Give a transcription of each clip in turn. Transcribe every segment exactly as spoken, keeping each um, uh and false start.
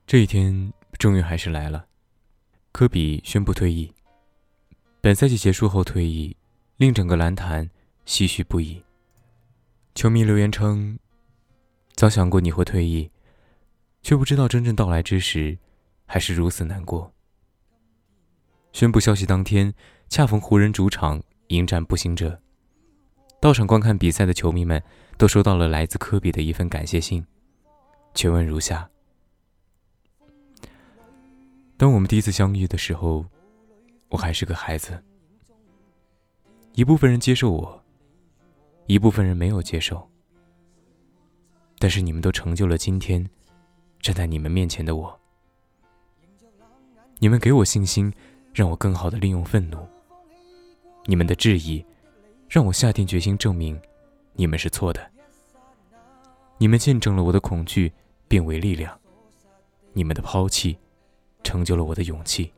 这一天终于还是来了，科比宣布退役。本赛季结束后退役，令整个篮坛唏嘘不已。球迷留言称，早想过你会退役，却不知道真正到来之时还是如此难过。宣布消息当天，恰逢湖人主场迎战步行者，到场观看比赛的球迷们都收到了来自科比的一份感谢信，全文如下：当我们第一次相遇的时候，我还是个孩子。一部分人接受我，一部分人没有接受，但是你们都成就了今天站在你们面前的我。你们给我信心，让我更好地利用愤怒。你们的质疑让我下定决心证明你们是错的。你们见证了我的恐惧变为力量，你们的抛弃成就了我的勇气。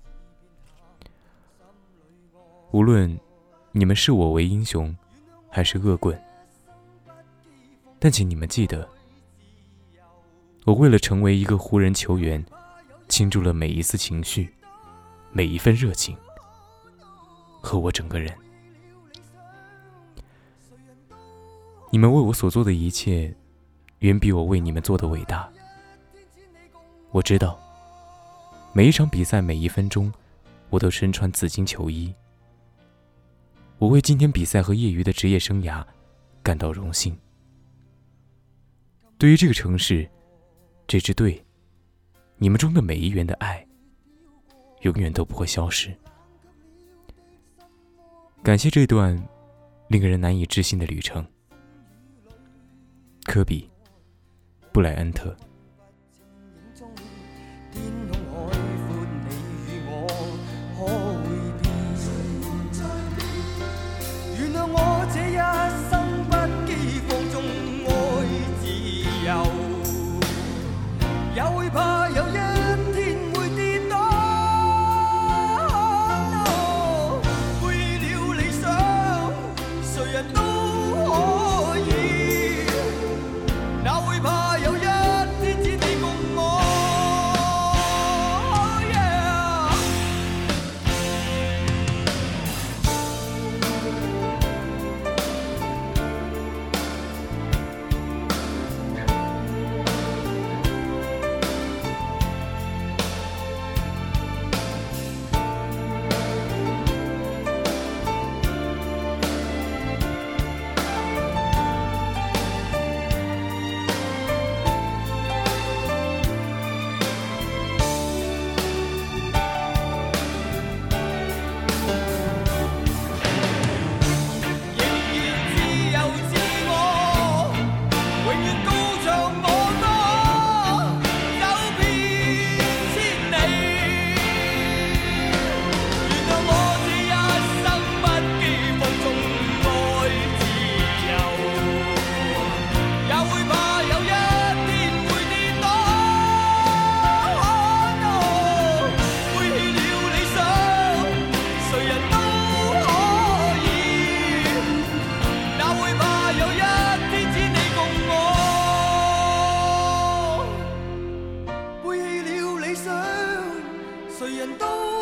无论你们视我为英雄还是恶棍，但请你们记得，我为了成为一个湖人球员，倾注了每一丝情绪，每一份热情，和我整个人。你们为我所做的一切，远比我为你们做的伟大。我知道，每一场比赛，每一分钟，我都身穿紫金球衣。我为今天比赛和业余的职业生涯感到荣幸。对于这个城市，这支队，你们中的每一员的爱，永远都不会消失。感谢这段令人难以置信的旅程。科比·布莱恩特。 我这一生不羁放纵愛自由，也會怕有一天會跌倒。背棄了理想，誰人都可以，哪會怕有一天只你共我。谁人都